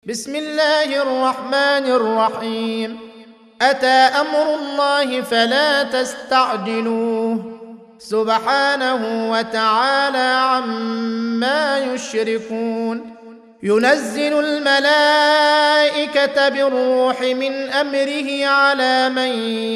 بسم الله الرحمن الرحيم. أتى أمر الله فلا تستعجلوه سبحانه وتعالى عما يشركون. ينزل الملائكة بالروح من أمره على من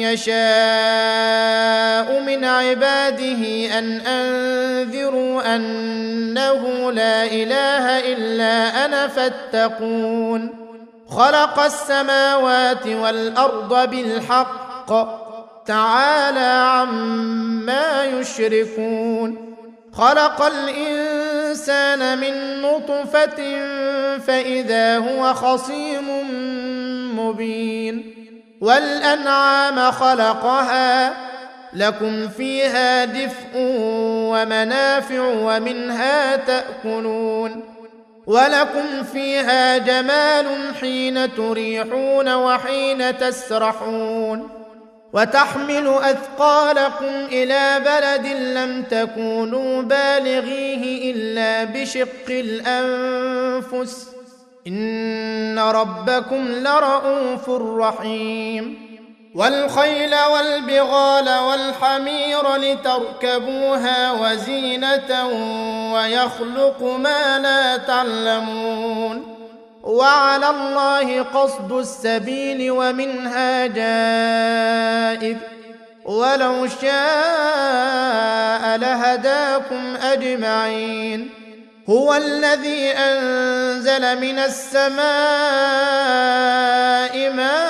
يشاء من عباده أن أنذروا أنه لا إله إلا أنا فاتقون. خلق السماوات والأرض بالحق تعالى عما يشركون. خلق الإنسان من نطفة فإذا هو خصيم مبين. والأنعام خلقها لكم فيها دفء ومنافع ومنها تأكلون. ولكم فيها جمال حين تريحون وحين تسرحون. وتحمل أثقالكم إلى بلد لم تكونوا بالغيه إلا بشق الأنفس إن ربكم لرءوف رحيم. والخيل والبغال والحمير لتركبوها وزينة ويخلق ما لا تعلمون. وعلى الله قصد السبيل ومنها جائر ولو شاء لهداكم أجمعين. هو الذي أنزل من السماء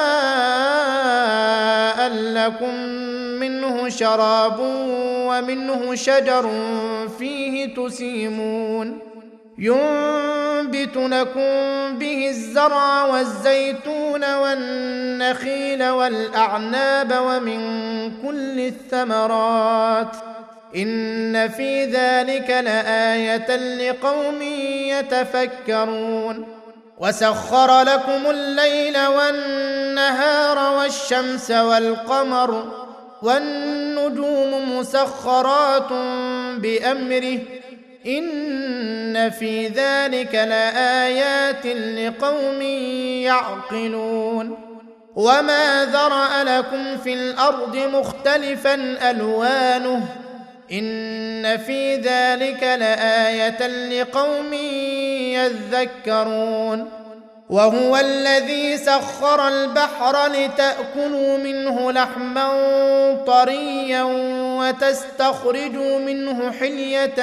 ماء لكم منه شراب ومنه شجر فيه تسيمون. ينبت لكم به الزرع والزيتون والنخيل والأعناب ومن كل الثمرات إن في ذلك لآية لقوم يتفكرون. وسخر لكم الليل والنهار والشمس والقمر والنجوم مسخرات بأمره إن في ذلك لآيات لقوم يعقلون. وما ذرأ لكم في الأرض مختلفا ألوانه إن في ذلك لآية لقوم يذكرون. وهو الذي سخر البحر لتأكلوا منه لحما طريا وتستخرجوا منه حلية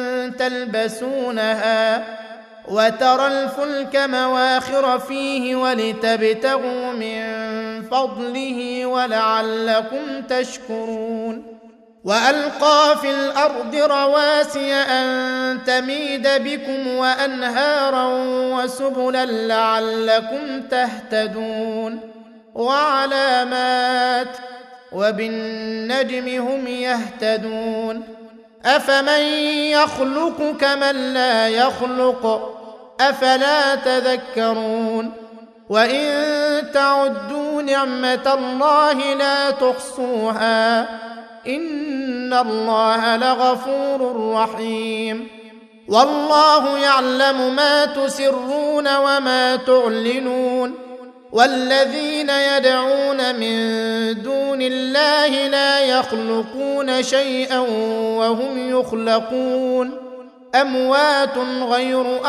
تلبسونها وترى الفلك مواخر فيه ولتبتغوا من فضله ولعلكم تشكرون. وألقى في الأرض رواسي أن تميد بكم وأنهارا وسبلا لعلكم تهتدون. وعلامات وبالنجم هم يهتدون. أفمن يخلق كمن لا يخلق أفلا تذكرون. وإن تعدوا نعمة الله لا تحصوها إن الله لغفور رحيم. والله يعلم ما تسرون وما تعلنون. والذين يدعون من دون الله لا يخلقون شيئا وهم يخلقون أموات غير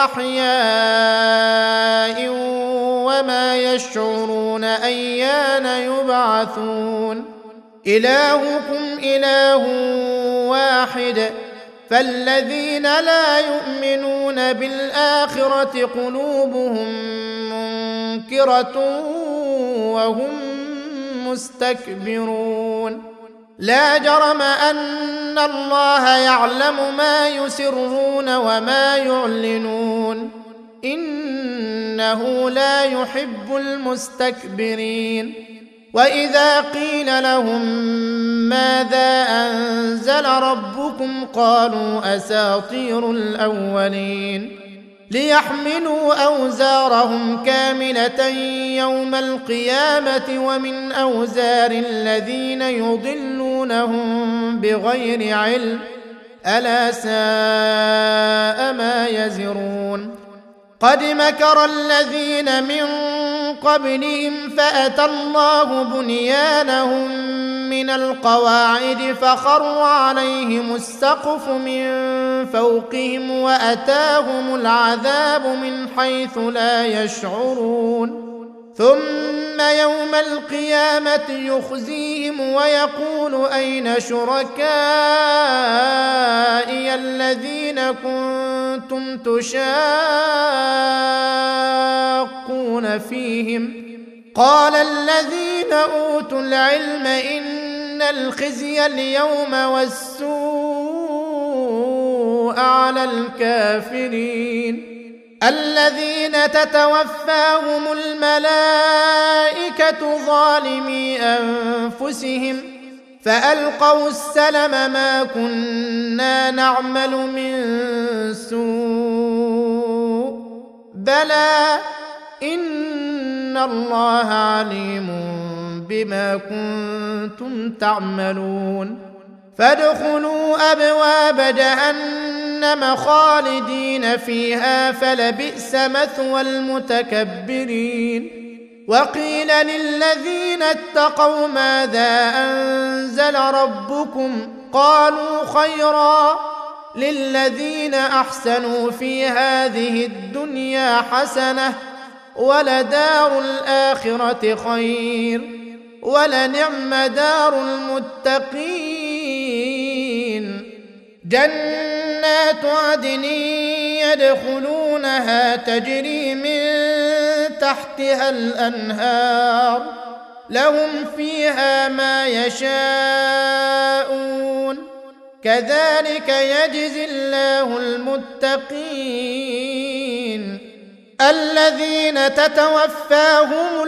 أحياء وما يشعرون أيان يبعثون. إلهكم إله واحد فالذين لا يؤمنون بالآخرة قلوبهم منكرة وهم مستكبرون. لا جرم أن الله يعلم ما يسرون وما يعلنون إنه لا يحب المستكبرين. وإذا قيل لهم ماذا أنزل ربكم قالوا أساطير الأولين. ليحملوا أوزارهم كاملة يوم القيامة ومن أوزار الذين يضلونهم بغير علم ألا ساء ما يزرون. قد مكر الذين من قبلهم فأتى الله بنيانهم من القواعد فخر عليهم السقف من فوقهم وأتاهم العذاب من حيث لا يشعرون ثم يوم القيامة يخزيهم ويقول أين شركائي الذين كنتم تشاقون فيهم قال الذين أوتوا العلم إن الخزي اليوم والسوء على الكافرين الذين تتوفاهم الملائكة ظالمي أنفسهم فألقوا السلم ما كنا نعمل من سوء بلى إن الله عليم بما كنتم تعملون فادخلوا أبواب جهنم خالدين فيها فلبئس مثوى المتكبرين وقيل للذين اتقوا ماذا أنزل ربكم قالوا خيرا للذين أحسنوا في هذه الدنيا حسنة ولدار الآخرة خير ولنعم دار المتقين جنات عدن يدخلونها تجري من تحتها الأنهار لهم فيها ما يشاءون كذلك يجزي الله المتقين الذين تتوفاهم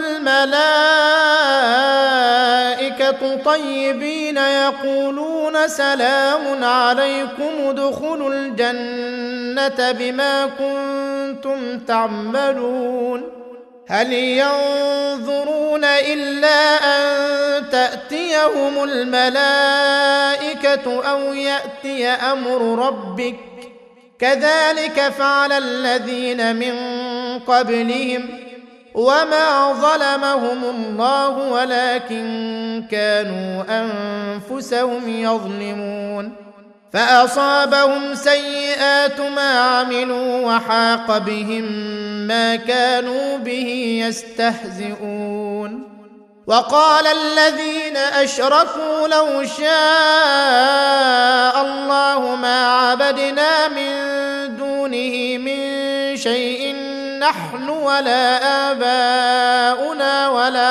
الملائكة طيبين يقولون سلام عليكم ادخلوا الجنة بما كنتم تعملون هل ينظرون إلا أن تأتيهم الملائكة أو يأتي أمر ربك كذلك فعل الذين من قبلهم وما ظلمهم الله ولكن كانوا أنفسهم يظلمون فأصابهم سيئات ما عملوا وحاق بهم ما كانوا به يستهزئون وقال الذين أشركوا لو شاء الله ما عبدنا من دونه من شيء نحن ولا آباؤنا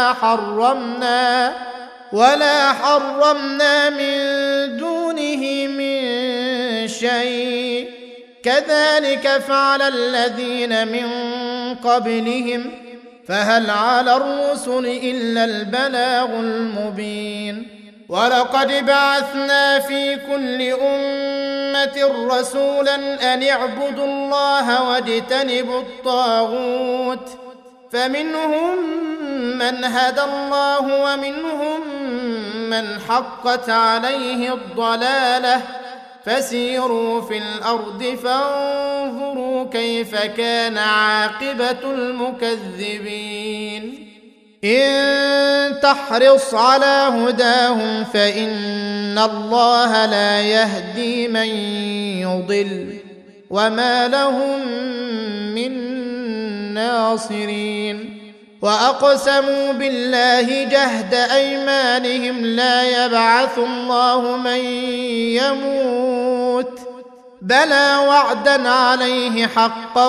ولا حرمنا من دونه من شيء كذلك فعل الذين من قبلهم فهل على الرسل إلا البلاغ المبين ولقد بعثنا في كل أمة رسولا أن اعبدوا الله واجتنبوا الطاغوت فمنهم من هدى الله ومنهم من حقت عليه الضلالة فسيروا في الأرض فانظروا كيف كان عاقبة المكذبين إن تحرص على هداهم فإن الله لا يهدي من يضل وما لهم من ناصرين وأقسموا بالله جهد أيمانهم لا يبعث الله من يموت بلى وعدا عليه حقا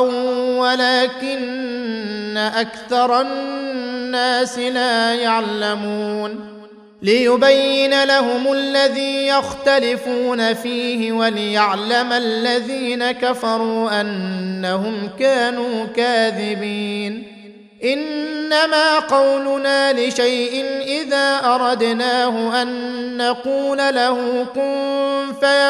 ولكن أكثر الناس لا يعلمون ليبين لهم الذي يختلفون فيه وليعلم الذين كفروا أنهم كانوا كاذبين إنما قولنا لشيء إذا أردناه أن نقول له كن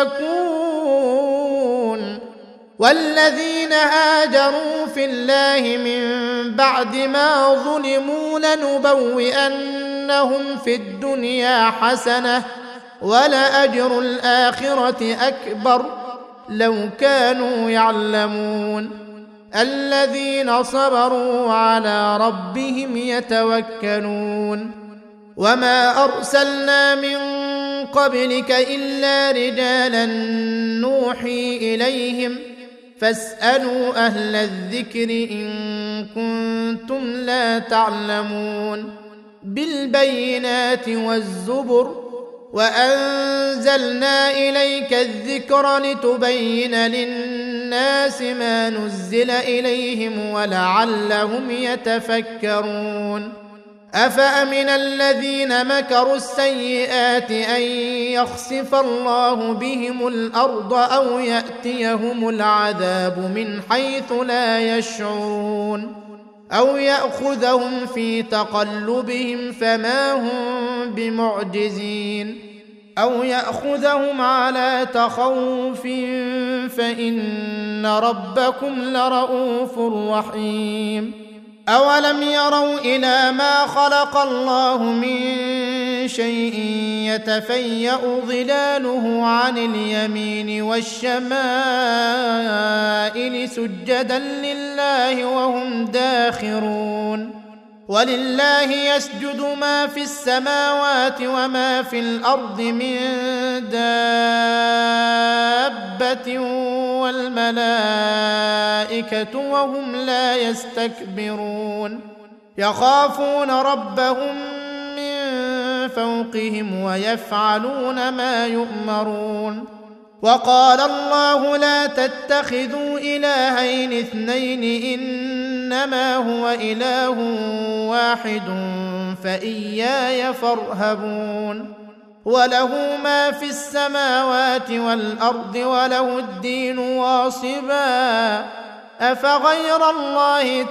فيكون والذين هاجروا في الله من بعد ما ظلموا لنبوئنهم في الدنيا حسنة ولأجر الآخرة أكبر لو كانوا يعلمون الذين صبروا وعلى ربهم يتوكلون وما أرسلنا من قبلك إلا رجالا نوحي إليهم فاسألوا أهل الذكر إن كنتم لا تعلمون بالبينات والزبر وأنزلنا إليك الذكر لتبين للناس ما نزل إليهم ولعلهم يتفكرون أفأمن الذين مكروا السيئات أن يخسف الله بهم الأرض أو يأتيهم العذاب من حيث لا يشعرون أو يأخذهم في تقلبهم فما هم بمعجزين أو يأخذهم على تخوف فإن ربكم لرؤوف رحيم أولم يروا إلى ما خلق الله من شيء يتفيأ ظلاله عن اليمين والشمائل سجدا لله وهم داخرون ولله يسجد ما في السماوات وما في الأرض من دابة والملائكة وهم لا يستكبرون يخافون ربهم من فوقهم ويفعلون ما يؤمرون وقال الله لا تتخذوا إلهين اثنين إنما هو إله واحد فإياي فارهبون وله ما في السماوات والأرض وله الدين واصبا أفغير الله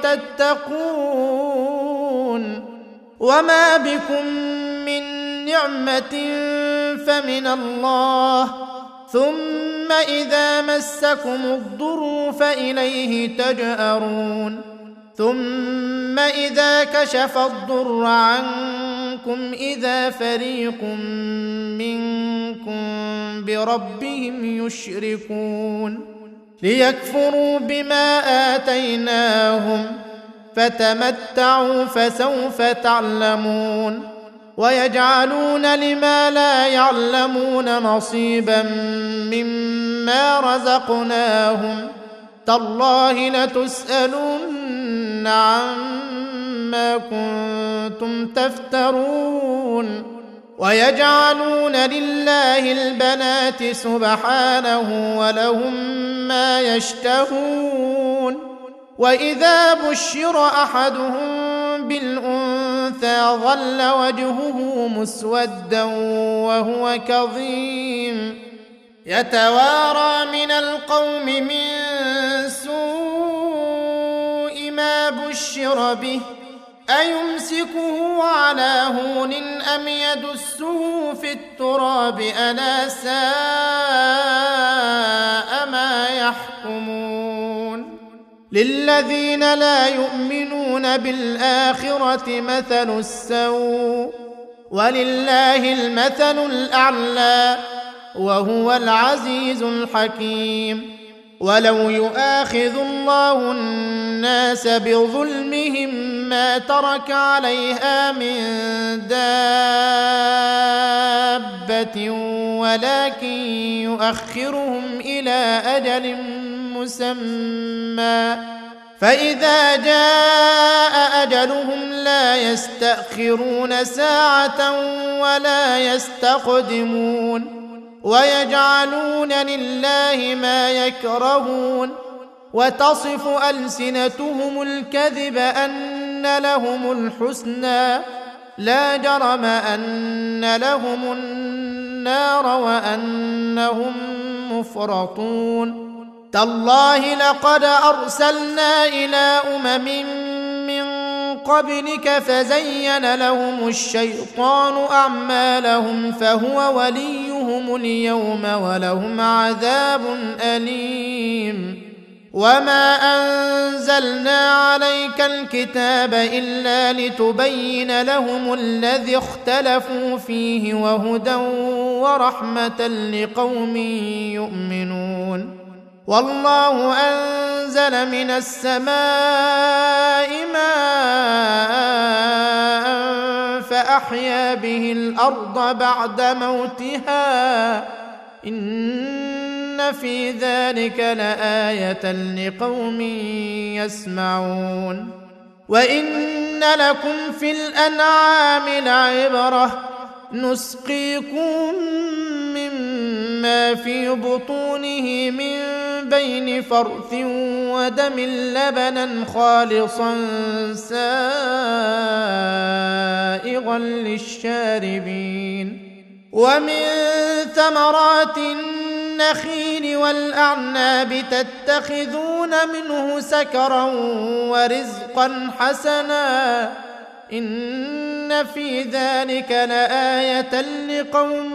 تتقون وما بكم من نعمة فمن الله ثم إذا مسكم الضر فإليه تجأرون ثم إذا كشف الضر عنكم إذا فريق منكم بربهم يشركون ليكفروا بما آتيناهم فتمتعوا فسوف تعلمون ويجعلون لما لا يعلمون نصيبا مما رزقناهم تالله لتسألن عما كنتم تفترون ويجعلون لله البنات سبحانه ولهم ما يشتهون وإذا بشر أحدهم بالأنثى ظل وجهه مسودا وهو كظيم يتوارى من القوم من سوء ما بشر به أيمسكه على هون أم يدسه في التراب ألا ساء ما يحكمون للذين لا يؤمنون بالآخرة مثل السوء ولله المثل الأعلى وهو العزيز الحكيم ولو يؤاخذ الله الناس بظلمهم ما ترك عليها من دابة ولكن يؤخرهم إلى أجل مسمى فإذا جاء أجلهم لا يستأخرون ساعة ولا يستقدمون ويجعلون لله ما يكرهون وتصف ألسنتهم الكذب أن لهم الحسنى لا جرم أن لهم النار وأنهم مفرطون تالله لقد أرسلنا إلى من قبلك فزين لهم الشيطان أعمالهم فهو وليهم اليوم ولهم عذاب أليم وما أنزلنا عليك الكتاب إلا لتبين لهم الذي اختلفوا فيه وهدى ورحمة لقوم يؤمنون والله أنزل من السماء ماء فأحيا به الأرض بعد موتها إن في ذلك لآية لقوم يسمعون وإن لكم في الأنعام لعبرة نسقيكم مما في بطونه من بين فرث ودم لبنا خالصا سائغا للشاربين ومن ثمرات النخيل والأعناب تتخذون منه سكرا ورزقا حسنا إن في ذلك لآية لقوم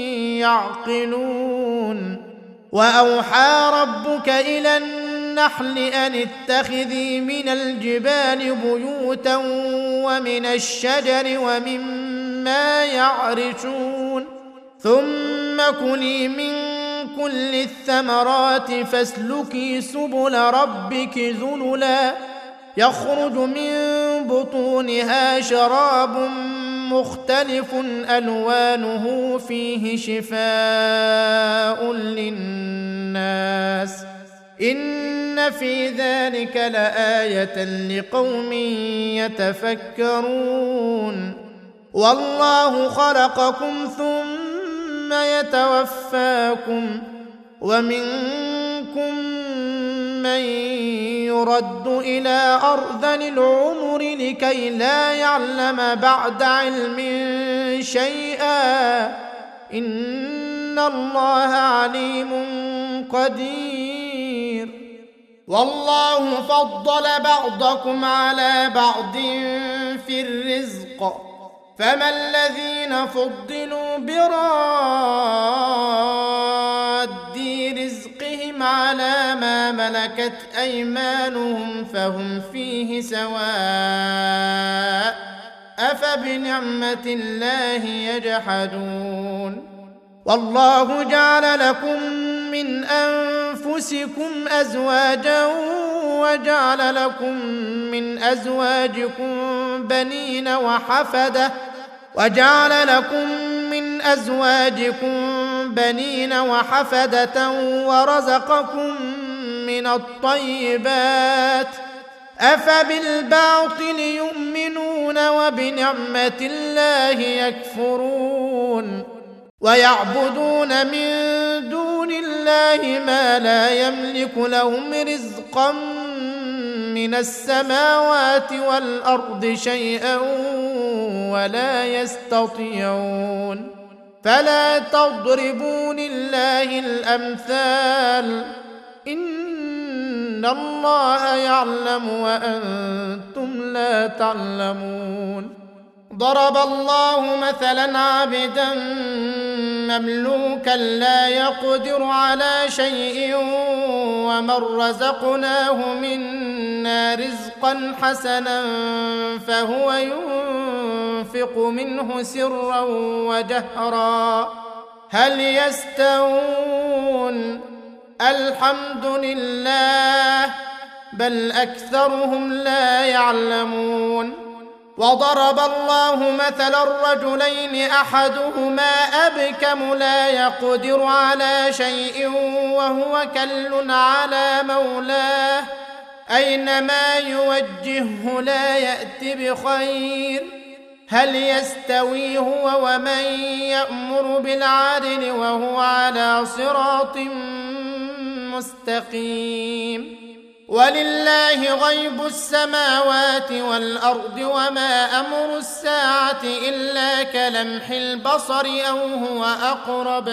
يعقلون وأوحى ربك إلى النحل أن اتخذي من الجبال بيوتا ومن الشجر ومما يعرشون ثم كلي من كل الثمرات فاسلكي سبل ربك ذللا يخرج من بطونها شراب مختلف ألوانه فيه شفاء للناس إن في ذلك لآية لقوم يتفكرون والله خلقكم ثم يتوفاكم ومنكم من يرد إلى أرذل العمر لكي لا يعلم بعد علم شيئا إن الله عليم قدير والله فضل بعضكم على بعض في الرزق فما الذين فضلوا براد رزقهم على ما ملكت أيمانهم فهم فيه سواء أفبنعمة الله يجحدون والله جعل لكم من أنفسكم أزواجا وجعل لكم من أزواجكم بنين وحفدة ورزقكم من الطيبات أفبالباطل يؤمنون وبنعمة الله يكفرون ويعبدون من دون الله ما لا يملك لهم رزقا من السماوات والأرض شيئا ولا يستطيعون فلا تضربوا لله الأمثال إن الله يعلم وأنتم لا تعلمون ضرب الله مثلا عبدا مملوكا لا يقدر على شيء ومن رزقناه منا رزقا حسنا فهو ينفق منه سرا وجهرا هل يستوون الحمد لله بل أكثرهم لا يعلمون وضرب الله مثلا الرجلين أحدهما أبكم لا يقدر على شيء وهو كل على مولاه أينما يوجهه لا يأت بخير هل يستوي هو ومن يأمر بالعدل وهو على صراط مستقيم ولله غيب السماوات والأرض وما أمر الساعة إلا كلمح البصر أو هو أقرب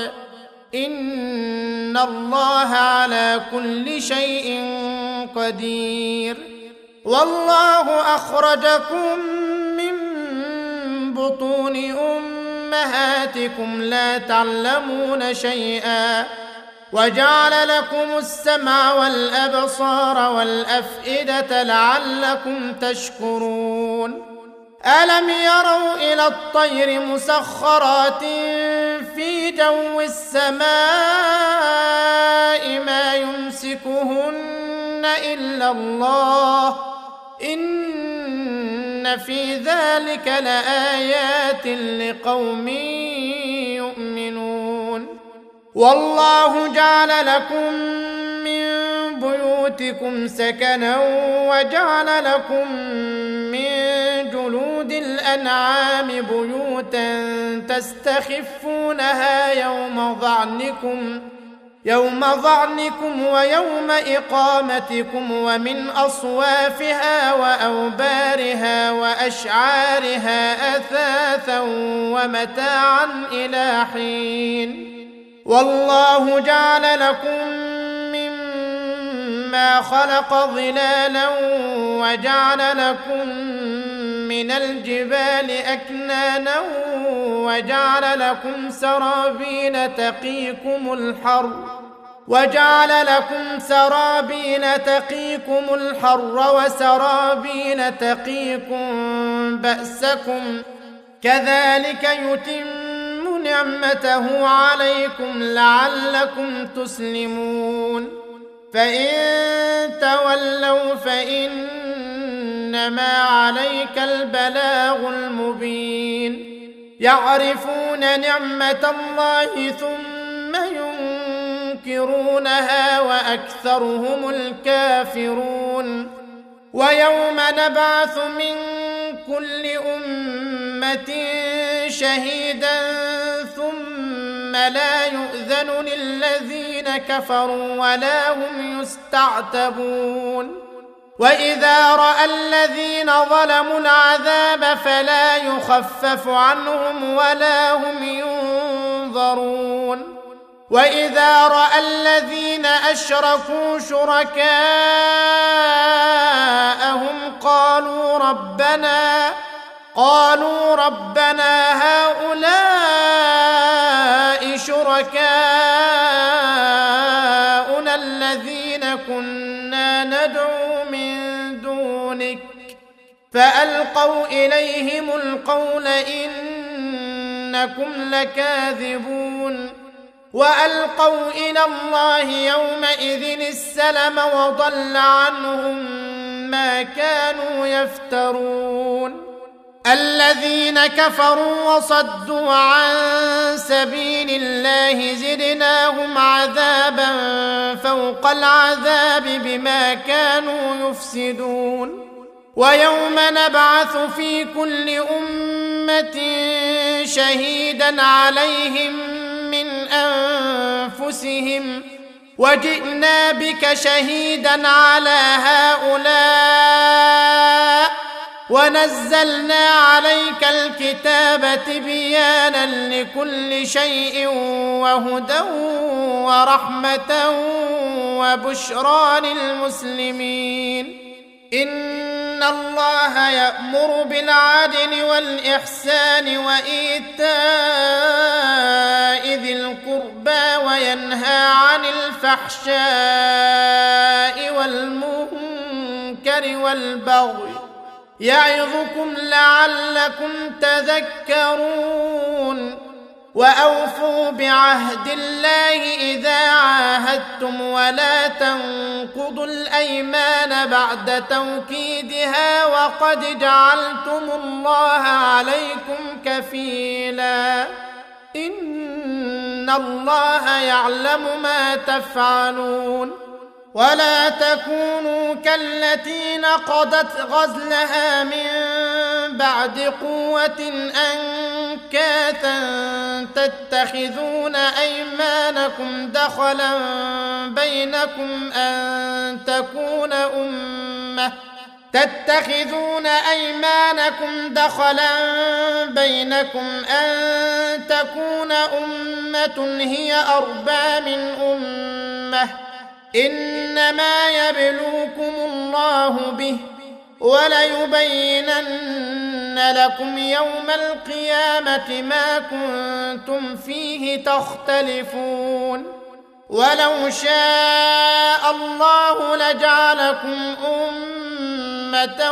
إن الله على كل شيء قدير والله أخرجكم من بطون أمهاتكم لا تعلمون شيئا وجعل لكم السمع والأبصار والأفئدة لعلكم تشكرون ألم يروا إلى الطير مسخرات في جو السماء ما يمسكون يمسكهن إلا الله إن في ذلك لآيات لقوم يؤمنون والله جعل لكم من بيوتكم سكنا وجعل لكم من جلود الأنعام بيوتا تستخفونها يوم ظعنكم ويوم إقامتكم ومن أصوافها وأوبارها وأشعارها أثاثا ومتاعا إلى حين والله جعل لكم مما خلق ظلالا وجعل لكم من الجبال أكنانا وجعل لكم سرابيل تقيكم الحر وسرابيل تقيكم بأسكم كذلك يتم نعمته عليكم لعلكم تسلمون فإن تولوا فإنما عليك البلاغ المبين يعرفون نعمة الله ثم ينكرونها وأكثرهم الكافرون ويوم نبعث من كل أمة شهيدا ثم لا يؤذن للذين كفروا ولا هم يستعتبون وإذا رأى الذين ظلموا العذاب فلا يخفف عنهم ولا هم ينظرون وإذا رأى الذين أشركوا شركاءهم قالوا ربنا هؤلاء شركاؤنا الذين كنا ندعو من دونك فألقوا إليهم القول إنكم لكاذبون وألقوا إلى الله يومئذ السلم وضل عنهم ما كانوا يفترون الذين كفروا وصدوا عن سبيل الله زدناهم عذابا فوق العذاب بما كانوا يفسدون ويوم نبعث في كل أمة شهيدا عليهم من أنفسهم وجئنا بك شهيدا على هؤلاء ونزلنا عليك الكتاب تبيانا لكل شيء وهدى ورحمة وبشرى للمسلمين إن الله يأمر بالعدل والإحسان وإيتاء ذي القربى وينهى عن الفحشاء والمنكر والبغي يعظكم لعلكم تذكرون وأوفوا بعهد الله إذا عاهدتم ولا تنقضوا الأيمان بعد توكيدها وقد جعلتم الله عليكم كفيلا إن الله يعلم ما تفعلون ولا تكونوا كالتي نقضت غزلها من بعد قوة أنكاثا تتخذون أيمانكم دخلا بينكم أن تكون أمة هي أربى من أمة إنما يبلوكم الله به وليبينن لكم يوم القيامة ما كنتم فيه تختلفون ولو شاء الله لجعلكم أمة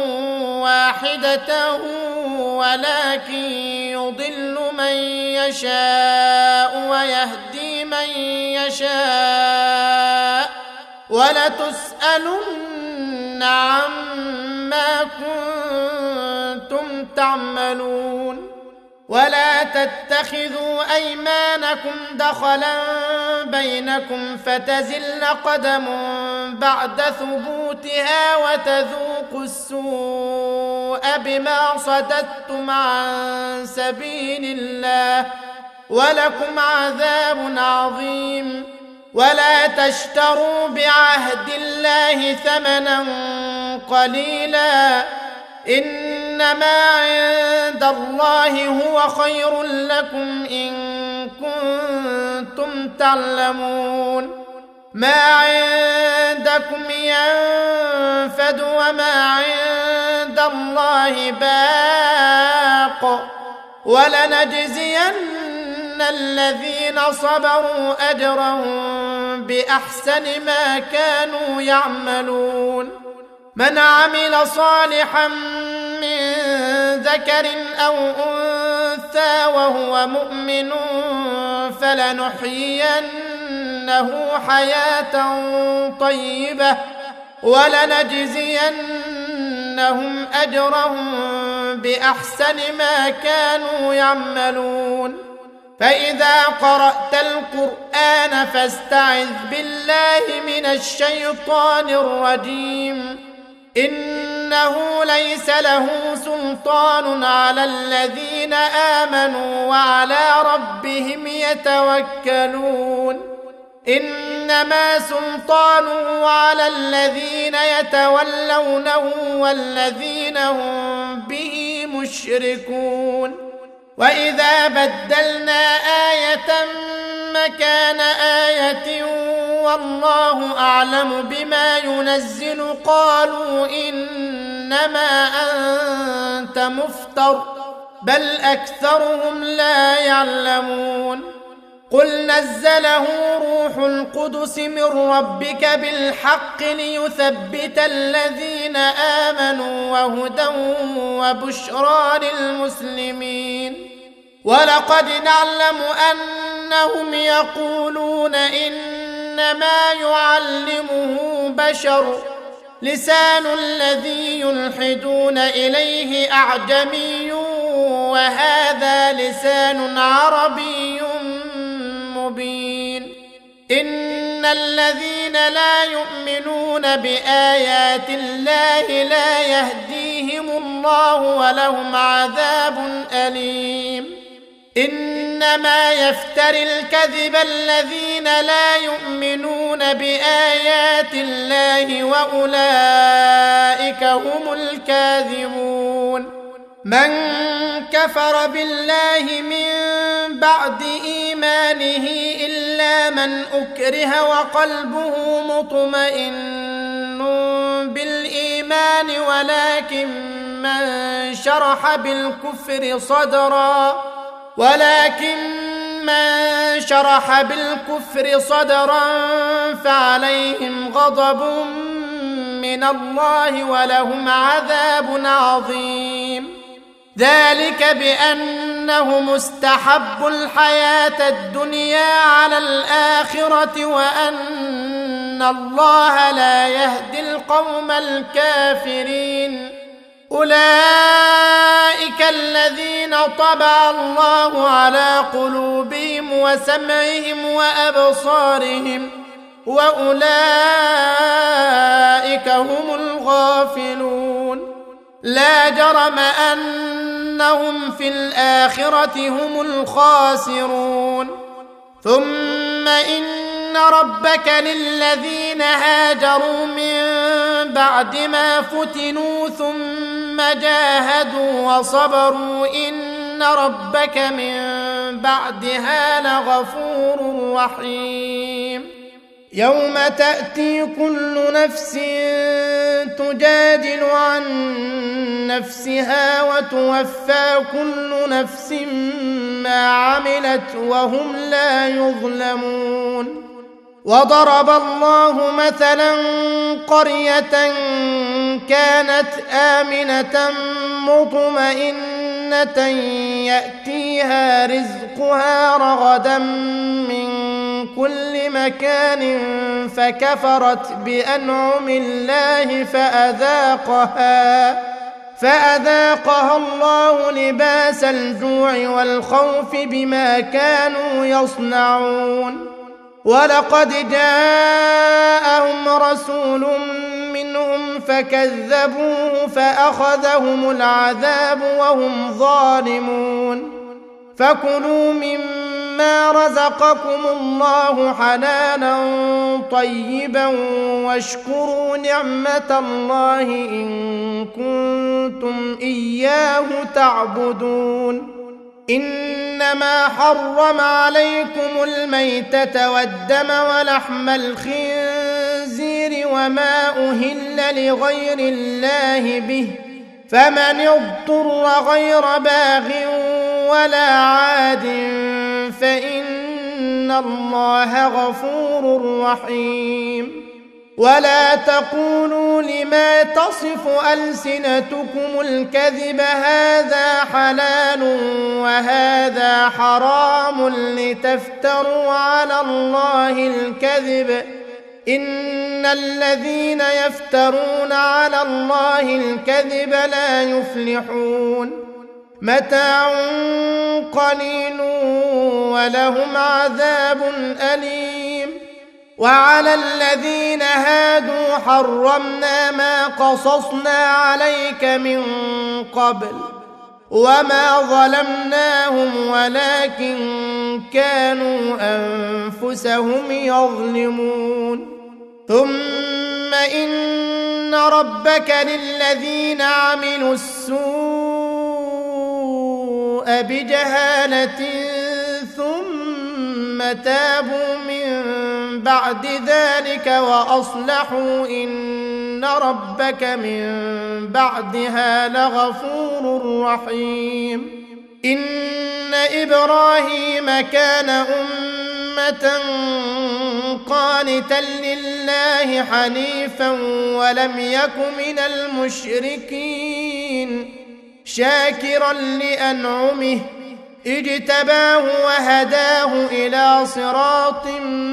واحدة ولكن يضل من يشاء ويهدي من يشاء ولتسألن عما كنتم تعملون. ولا تتخذوا أيمانكم دخلا بينكم فتزل قدم بعد ثبوتها وتذوقوا السوء بما صددتم عن سبيل الله ولكم عذاب عظيم. ولا تشتروا بعهد الله ثمنا قليلا، إنما عند الله هو خير لكم إن كنتم تعلمون. ما عندكم ينفد وما عند الله باق، ولنجزين الذين صبروا أجرهم بأحسن ما كانوا يعملون. من عمل صالحا من ذكر أو أنثى وهو مؤمن فلنحيينه حياة طيبة ولنجزينهم أجرهم بأحسن ما كانوا يعملون. فإذا قرأت القرآن فاستعذ بالله من الشيطان الرجيم. إنه ليس له سلطان على الذين آمنوا وعلى ربهم يتوكلون. إنما سلطانه على الذين يتولونه والذين هم به مشركون. وإذا بدلنا آية مكان آية والله أعلم بما ينزل قالوا إنما أنت مفتر بل أكثرهم لا يعلمون. قل نزله روح القدس من ربك بالحق ليثبت الذين آمنوا وهدى وبشرى للمسلمين. ولقد نعلم أنهم يقولون إنما يعلمه بشر لسان الذي يلحدون إليه أعجمي وهذا لسان عربي مبين. إن الذين لا يؤمنون بآيات الله لا يهديهم الله ولهم عذاب أليم. إنما يفتري الكذب الذين لا يؤمنون بآيات الله وأولئك هم الكاذبون. من كفر بالله من بعد إيمانه إلا من أكره وقلبه مطمئن بالإيمان ولكن من شرح بالكفر صدرا فعليهم غضب من الله ولهم عذاب عظيم. ذلك بأنه مستحب الحياة الدنيا على الآخرة وأن الله لا يهدي القوم الكافرين. أولئك الذين طبع الله على قلوبهم وسمعهم وأبصارهم وأولئك هم الغافلون. لا جرم أنهم في الآخرة هم الخاسرون. ثم إن ربك للذين هاجروا من بعد ما فتنوا ثم جاهدوا وصبروا إن ربك من بعدها لغفور رحيم. يوم تأتي كل نفس تجادل عن نفسها وتوفى كل نفس ما عملت وهم لا يظلمون. وضرب الله مثلا قرية كانت آمنة مطمئنة يأتيها رزقها رغدا من كل مكان فكفرت بأنعم الله فأذاقها الله لباس الجوع والخوف بما كانوا يصنعون. ولقد جاءهم رسول منهم فكذبوه فأخذهم العذاب وهم ظالمون. فكلوا مما رزقكم الله حلالا طيبا واشكروا نعمة الله إن كنتم إياه تعبدون. إنما حرم عليكم الميتة والدم ولحم الخنزير وما أهل لغير الله به، فمن اضطر غير باغ ولا عاد فإن الله غفور رحيم. ولا تقولوا لما تصف ألسنتكم الكذب هذا حلال وهذا حرام لتفتروا على الله الكذب، إن الذين يفترون على الله الكذب لا يفلحون. متاع قليل ولهم عذاب أليم. وعلى الذين هادوا حرمنا ما قصصنا عليك من قبل وما ظلمناهم ولكن كانوا أنفسهم يظلمون. ثم إن ربك للذين عملوا السوء بجهالة ثم تابوا من بعد ذلك وأصلحوا إن ربك من بعدها لغفور رحيم. إن إبراهيم كان أمة قانتا لله حنيفا ولم يك من المشركين شاكرا لأنعمه اجتباه وهداه إلى صراط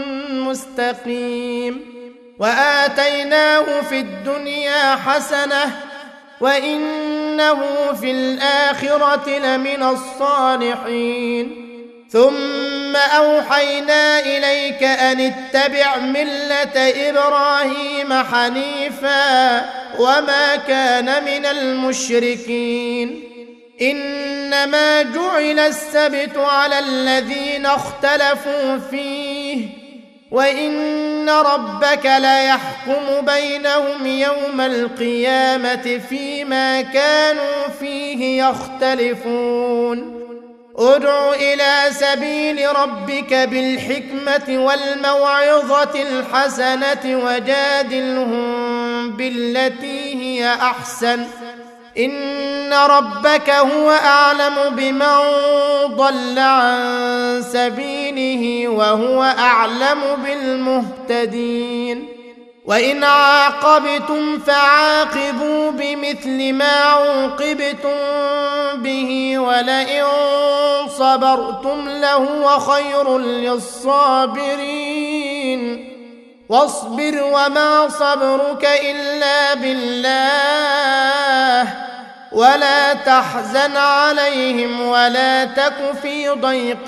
مستقيم. وآتيناه في الدنيا حسنة وإنه في الآخرة لمن الصالحين. ثم أوحينا إليك أن اتبع ملة إبراهيم حنيفا وما كان من المشركين. إنما جعل السبت على الذين اختلفوا فيه وإن ربك ليحكم بينهم يوم القيامة فيما كانوا فيه يختلفون. ادع إلى سبيل ربك بالحكمة والموعظة الحسنة وجادلهم بالتي هي أحسن إن ربك هو أعلم بمن ضل عن سبيله وهو أعلم بالمهتدين. وإن عاقبتم فعاقبوا بمثل ما عوقبتم به ولئن صبرتم لهو خير للصابرين. واصبر وما صبرك إلا بالله ولا تحزن عليهم ولا تك في ضيق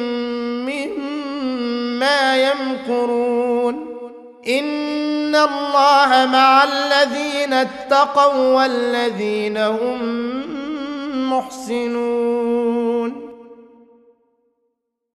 مما يمكرون. إن الله مع الذين اتقوا والذين هم محسنون.